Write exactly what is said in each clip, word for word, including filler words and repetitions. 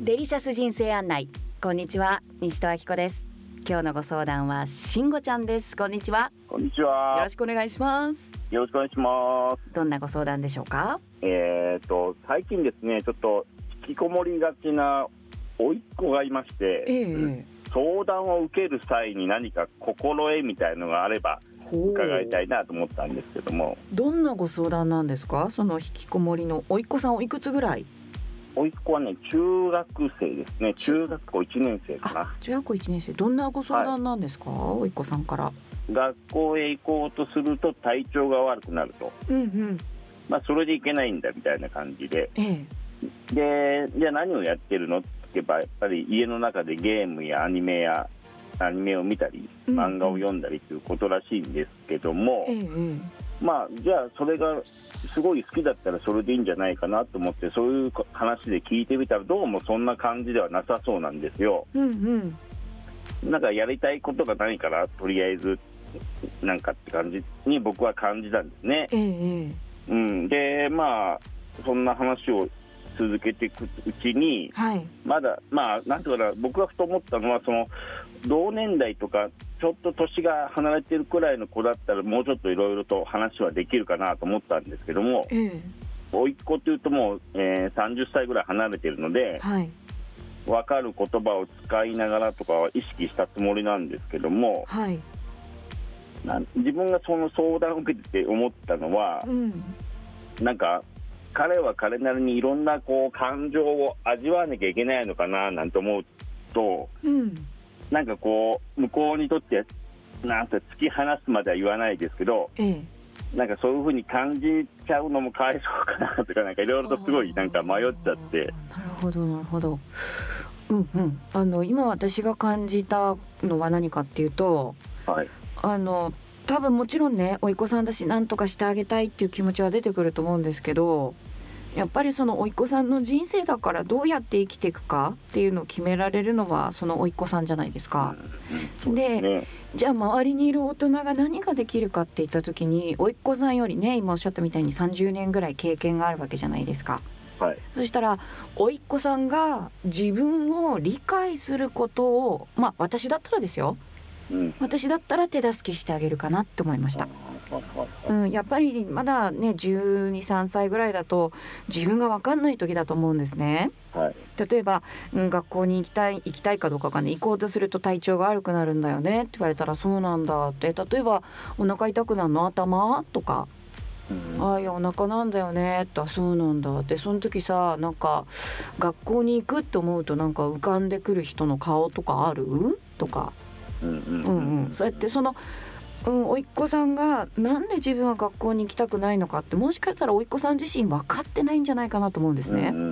デリシャス人生案内。こんにちは、西戸明子です。今日のご相談はしんごちゃんです。こんにちは。 こんにちは。 よろしくお願いします。 よろしくお願いします。 どんなご相談でしょうか？ えーと最近ですね、ちょっと引きこもりがちな甥っ子がいまして、 ええ、 相談を受ける際に何か心得みたいのがあれば伺いたいなと思ったんですけども。 どんなご相談なんですか？その引きこもりの甥っ子さんおいくつぐらい？ 甥っ子はね、中学生ですね。中学校いちねん生かな。 中学校いちねん生。どんなご相談なんですか、はい、甥っ子さんから。 学校へ行こうとすると体調が悪くなると、 うんうん、 まあ、それでいけないんだみたいな感じで、 ええ、でじゃあ何をやってるのって聞けば、やっぱり家の中でゲームやアニメやアニメを見たり漫画を読んだりということらしいんですけども、 ええ、 まあ、じゃあそれがすごい好きだったらそれでいいんじゃないかなと思って、そういう話で聞いてみたらどうもそんな感じではなさそうなんですよ。 うんうん、 なんかやりたいことが何かな、とりあえずなんかって感じに僕は感じたんですね。 ええ、 うん、でまあそんな話を続けていくうちに、 はい、 まだまあなんていうかな、僕がふと思ったのは、その同年代とかちょっと年が離れてるくらいの子だったらもうちょっといろいろと話はできるかなと思ったんですけども、 ええ、 甥っ子というともう、えー、さんじゅっさいぐらい離れてるので、 はい、 分かる言葉を使いながらとかは意識したつもりなんですけども、 はい、 な自分がその相談を受けてて思ったのは、 うん、 なんか彼は彼なりにいろんなこう感情を味わわなきゃいけないのかななんて思うと、 うん、 なんかこう向こうにとってなんて突き放すまでは言わないですけど、 ええ、 なんかそういう風に感じちゃうのもかわいそうかなとか、なんかいろいろとすごいなんか迷っちゃって。 なるほどなるほど。うんうん、あの今私が感じたのは何かっていうと、 はい、 あの多分もちろんね、甥っ子さんだし何とかしてあげたいっていう気持ちは出てくると思うんですけど、やっぱりその甥っ子さんの人生だからどうやって生きていくかっていうのを決められるのはその甥っ子さんじゃないですか、うん、で、ね、じゃあ周りにいる大人が何ができるかっていった時に、甥っ子さんよりね、今おっしゃったみたいにさんじゅうねんぐらい経験があるわけじゃないですか。はい、そしたら甥っ子さんが自分を理解することを、まあ私だったらですよ、うん、私だったら手助けしてあげるかなって思いました。うん、やっぱりまだねじゅうに、さんさいぐらいだと自分が分かんない時だと思うんですね、はい、例えば、うん、学校に行きたい行きたいかどうかがね、行こうとすると体調が悪くなるんだよねって言われたら、そうなんだって、例えばお腹痛くなるの頭とか、うん、ああいやお腹なんだよねって、あそうなんだって、その時さ、なんか学校に行くって思うとなんか浮かんでくる人の顔とかあるとか、うんうんうん、そうやってそのうん、甥っ子さんがなんで自分は学校に行きたくないのかって、もしかしたら甥っ子さん自身分かってないんじゃないかなと思うんですね、うんうんうん、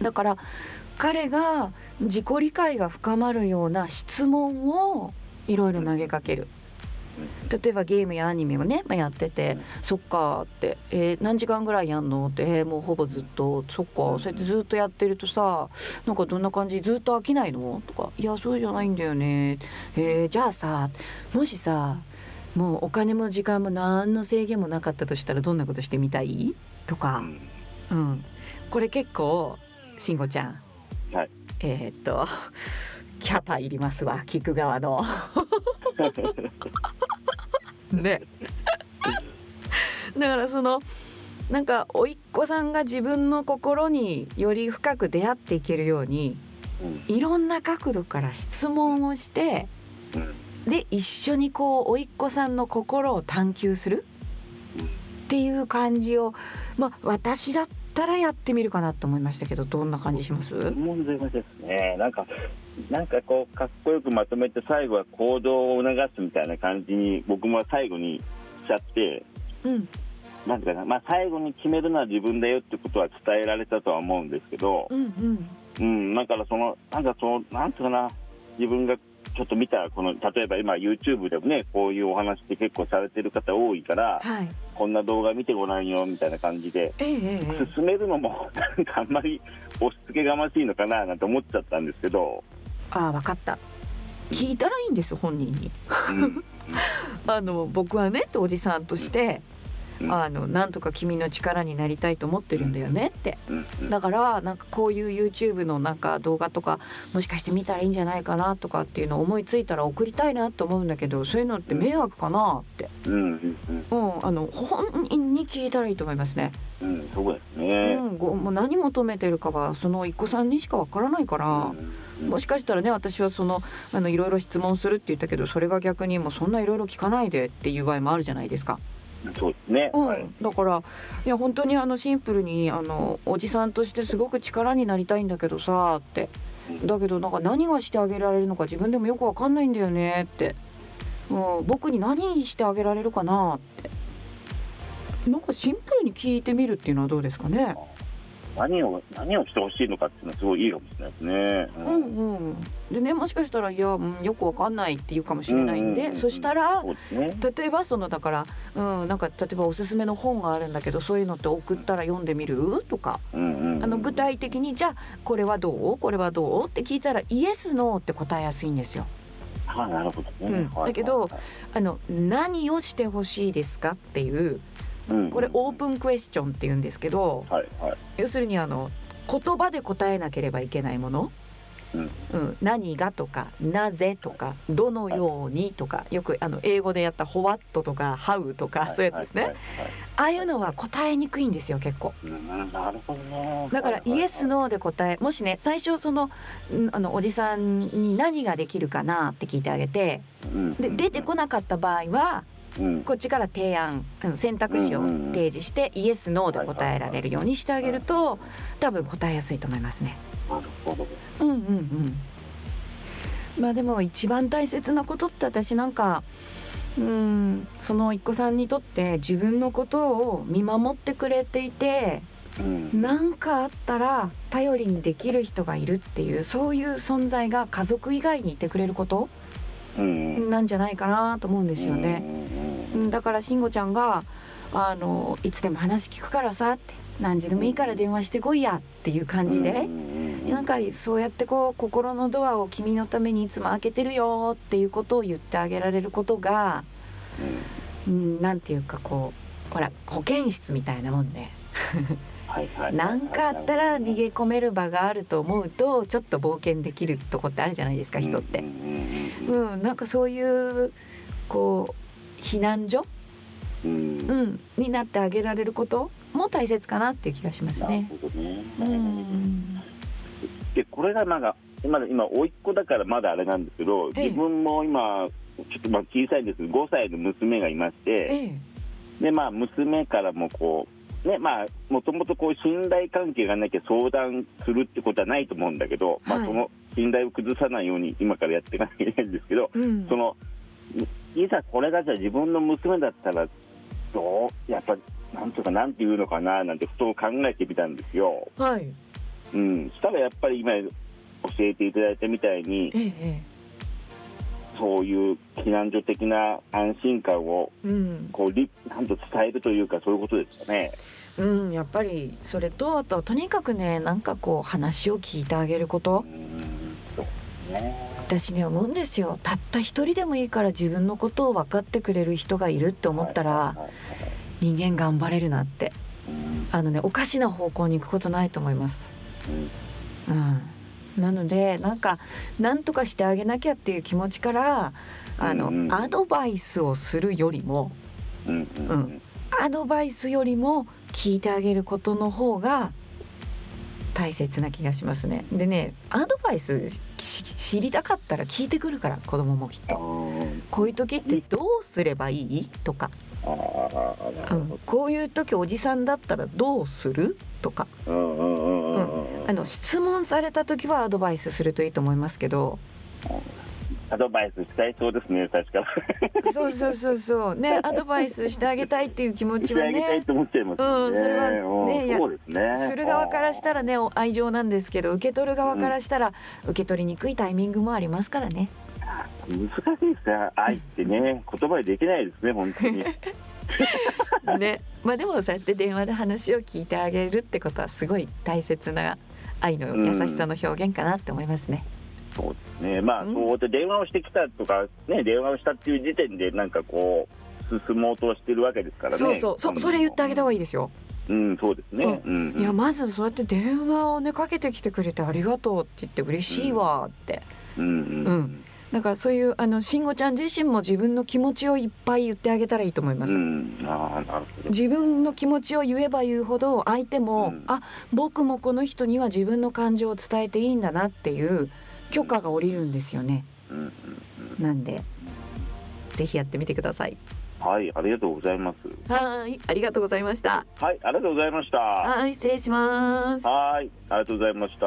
だから彼が自己理解が深まるような質問をいろいろ投げかける。例えばゲームやアニメをね、まあ、やってて、そっかって、えー、何時間ぐらいやんのって、えー、もうほぼずっと、そっかそうやってずっとやってるとさ、なんかどんな感じ、ずっと飽きないのとか、いやそうじゃないんだよね、えー、じゃあさ、もしさもうお金も時間も何の制限もなかったとしたらどんなことしてみたいとか、うん、これ結構しんごちゃん、はい、えー、っとキャパいりますわ、聞く側のねだからそのなんか甥っ子さんが自分の心により深く出会っていけるように、うん、いろんな角度から質問をして、うん、で一緒にこう甥っ子さんの心を探求するっていう感じを、まあ私だったらやってみるかなと思いましたけど、どんな感じします？ 問題ですね。なんかなんかこうかっこよくまとめて最後は行動を促すみたいな感じに僕も最後にしちゃって、うん、なんていうかな、まあ最後に決めるのは自分だよってことは伝えられたとは思うんですけど、うんうんうん、だからそのなんかそのなんていうかな、自分がちょっと見たこの例えば今 YouTube でもね、こういうお話って結構されてる方多いから、はい、こんな動画見てごらんよみたいな感じで、えーえー、進めるのもなんかあんまり押し付けがましいのかななんて思っちゃったんですけど、 ああ分かった、聞いたらいいんです本人に、うん、あの僕はねおじさんとしてあのなんとか君の力になりたいと思ってるんだよねって、だからなんかこういう YouTube のなんか動画とかもしかして見たらいいんじゃないかなとかっていうのを思いついたら送りたいなと思うんだけど、そういうのって迷惑かなって、うん、うん、あの本人に聞いたらいいと思いますね。 うん、そうですね、 うん、ごもう何求めてるかはそのいっこさんにしかわからないから、うんうん、もしかしたらね、私はそのあのいろいろ質問するって言ったけど、それが逆にもうそんないろいろ聞かないでっていう場合もあるじゃないですか。 そうですね、 うん、 はい、 だからいや本当にあのシンプルにあのおじさんとしてすごく力になりたいんだけどさって、だけどなんか何がしてあげられるのか自分でもよくわかんないんだよねって、うん、僕に何してあげられるかなって、なんかシンプルに聞いてみるっていうのはどうですかね。 何を何をしてほしいのかっていうのはすごいいいかもしれないですね。うん、うんうん、でね、もしかしたらいや、うん、よくわかんないって言うかもしれないんで、うんうんうん、そしたらそうですね、例えばそのだから、うん、なんか例えばおすすめの本があるんだけど、そういうのって送ったら読んでみるとか、うんうんうん、あの具体的にじゃあこれはどうこれはどうって聞いたらイエスノーって答えやすいんですよ。 はあ、なるほどね、 うん、だけど、はいはいはい、あの何をしてほしいですかっていうこれオープンクエスチョンって言うんですけど、はいはい、要するにあの言葉で答えなければいけないもの、うんうん、何がとかなぜとかどのようにとか、よくあの英語でやったホワットとかハウとか、はい、そういうやつですね、はいはいはい、ああいうのは答えにくいんですよ結構、 うん、なるほどね。 だからイエスノーで答え、もしね最初そのあのおじさんに何ができるかなって聞いてあげて、うん、で出てこなかった場合はうん、こっちから提案選択肢を提示して、うんうん、イエスノーで答えられるようにしてあげると多分答えやすいと思いますね。 なるほど。 うんうんうん。まあでも一番大切なことって私なんかうんそのいっこさんにとって自分のことを見守ってくれていて、何、うん、かあったら頼りにできる人がいるっていう、そういう存在が家族以外にいてくれることなんじゃないかなと思うんですよね。だから慎吾ちゃんがあのいつでも話聞くからさって、何時でもいいから電話してこいやっていう感じで、なんかそうやってこう心のドアを君のためにいつも開けてるよっていうことを言ってあげられることが、うん、なんていうかこうほら保健室みたいなもんでなんかあったら逃げ込める場があると思うとちょっと冒険できるとこってあるじゃないですか、人って。うん、なんかそういうこう避難所、うんうん、になってあげられることも大切かなっていう気がしますね。 なるほどね。うん、でこれがなんか今今甥っ子だからまだあれなんですけど、自分も今ちょっとまあ小さいんですけどごさいの娘がいまして、ええ、でまあ娘からもこうね、まあもともとこう信頼関係がなきゃ相談するってことはないと思うんだけど、はい、まあその信頼を崩さないように今からやっていかなきゃいけないんですけど、うん、そのいざこれがじゃあ自分の娘だったらどうやっぱなんとかなんて言うのかななんてふと考えてみたんですよ。はい。うん。したらやっぱり今教えていただいたみたいに、ええ、そういう避難所的な安心感をこう、うん、なんと伝えるというかそういうことですかね。 うん、やっぱりそれとあととにかくね、なんかこう話を聞いてあげること。うん、そうね。私ね思うんですよ。たった一人でもいいから自分のことを分かってくれる人がいるって思ったら、はいはいはいはい、人間頑張れるなって、うん、あのねおかしな方向に行くことないと思います。うん、うん、なのでなんか何とかしてあげなきゃっていう気持ちからあの、うんうん、アドバイスをするよりも、うんうんうん、アドバイスよりも聞いてあげることの方が大切な気がしますね。でね、アドバイス知りたかったら聞いてくるから、子供もきっとこういう時ってどうすればいいとか、うん、こういう時おじさんだったらどうするとか、うん、あの質問された時はアドバイスするといいと思いますけど、 アドバイスしたいそうですね、確かそうそうそうそうね、アドバイスしてあげたいっていう気持ちはね、してあげたいと思っちゃいますね、うん、それはね、そうですね、する側からしたらね愛情なんですけど、受け取る側からしたら受け取りにくいタイミングもありますからね。 難しいですね、愛ってね言葉でできないですね本当にね、まあでもそうやって電話で話を聞いてあげるってことはすごい大切な愛の優しさの表現かなって思いますね。 うん、そうですね、まあ、うん、そうで電話をしてきたとかね、電話をしたっていう時点でなんかこ進もうとしてるわけですからね。 そうそう、そ, それ言ってあげた方がいいですよ。 うん、そうですね、うんうんうん、 いやまずそうやって電話をねかけてきてくれてありがとうって言って嬉しいわって、うんうんうんうん、だからそういうあの慎吾ちゃん自身も自分の気持ちをいっぱい言ってあげたらいいと思います、うん、あ、なるほど。自分の気持ちを言えば言うほど相手も、うん、あ、僕もこの人には自分の感情を伝えていいんだなっていう許可が下りるんですよね、うんうんうん、なんでぜひやってみてください。 はい、ありがとうございます。 はい、ありがとうございました。 はい、ありがとうございました。 はい、失礼します。 はい、ありがとうございました。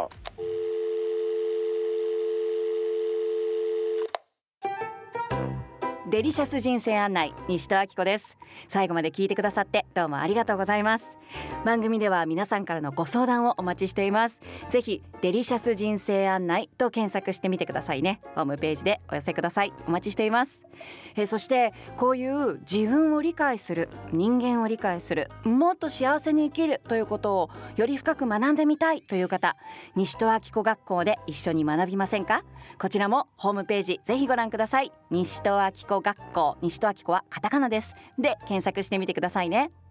デリシャス人生案内、西戸明子です。最後まで聞いてくださってどうもありがとうございます。番組では皆さんからのご相談をお待ちしています。ぜひデリシャス人生案内と検索してみてくださいね。ホームページでお寄せください。お待ちしています。えー、そしてこういう自分を理解する、人間を理解する、もっと幸せに生きるということをより深く学んでみたいという方、西戸明子学校で一緒に学びませんか？こちらもホームページぜひご覧ください。西戸明子学校、西戸明子はカタカナです。で検索してみてくださいね。